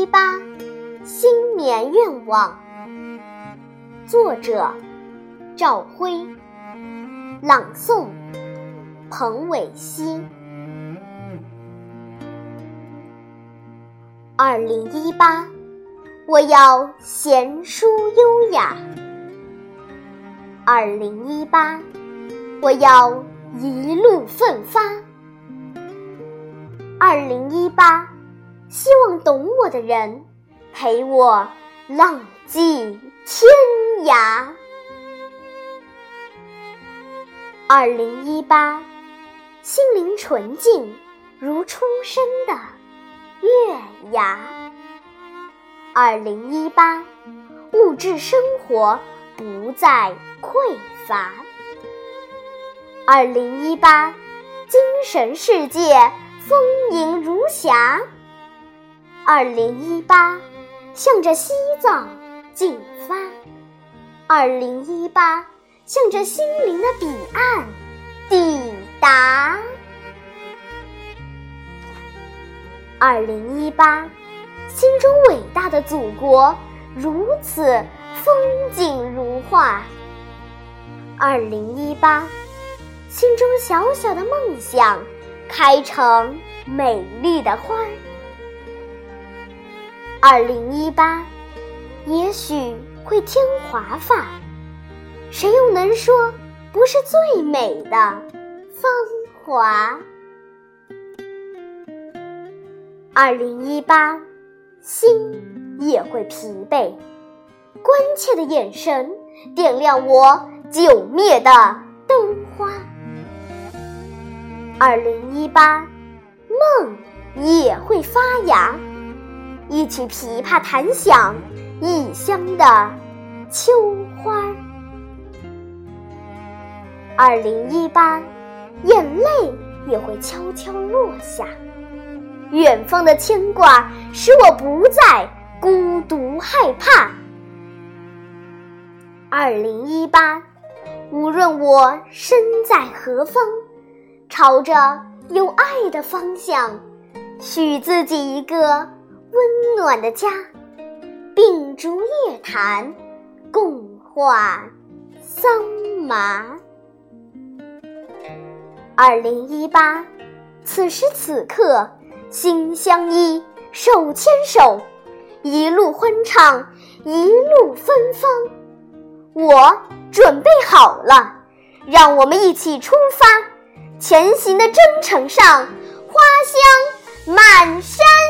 2018新年愿望，作者赵辉，朗诵彭伟熙。2018，我要贤淑优雅。2018，我要一路奋发。2018，希望懂我的人陪我浪迹天涯。2018，心灵纯净如初生的月牙。2018，物质生活不再匮乏。2018，精神世界丰盈如霞。2018，向着西藏进发。2018，向着心灵的彼岸抵达。2018，心中伟大的祖国如此风景如画。2018，心中小小的梦想开成美丽的花。2018，也许会添华发，谁又能说不是最美的芳华？2018，心也会疲惫，关切的眼神点亮我久灭的灯花。2018，梦也会发芽，一曲琵琶弹响异乡的秋花。2018，眼泪也会悄悄落下，远方的牵挂使我不再孤独害怕。2018，无论我身在何方，朝着有爱的方向，许自己一个温暖的家，秉烛夜谈，共话桑麻。2018，此时此刻，心相依，手牵手，一路欢畅，一路芬芳。我准备好了，让我们一起出发，前行的征程上，花香满山。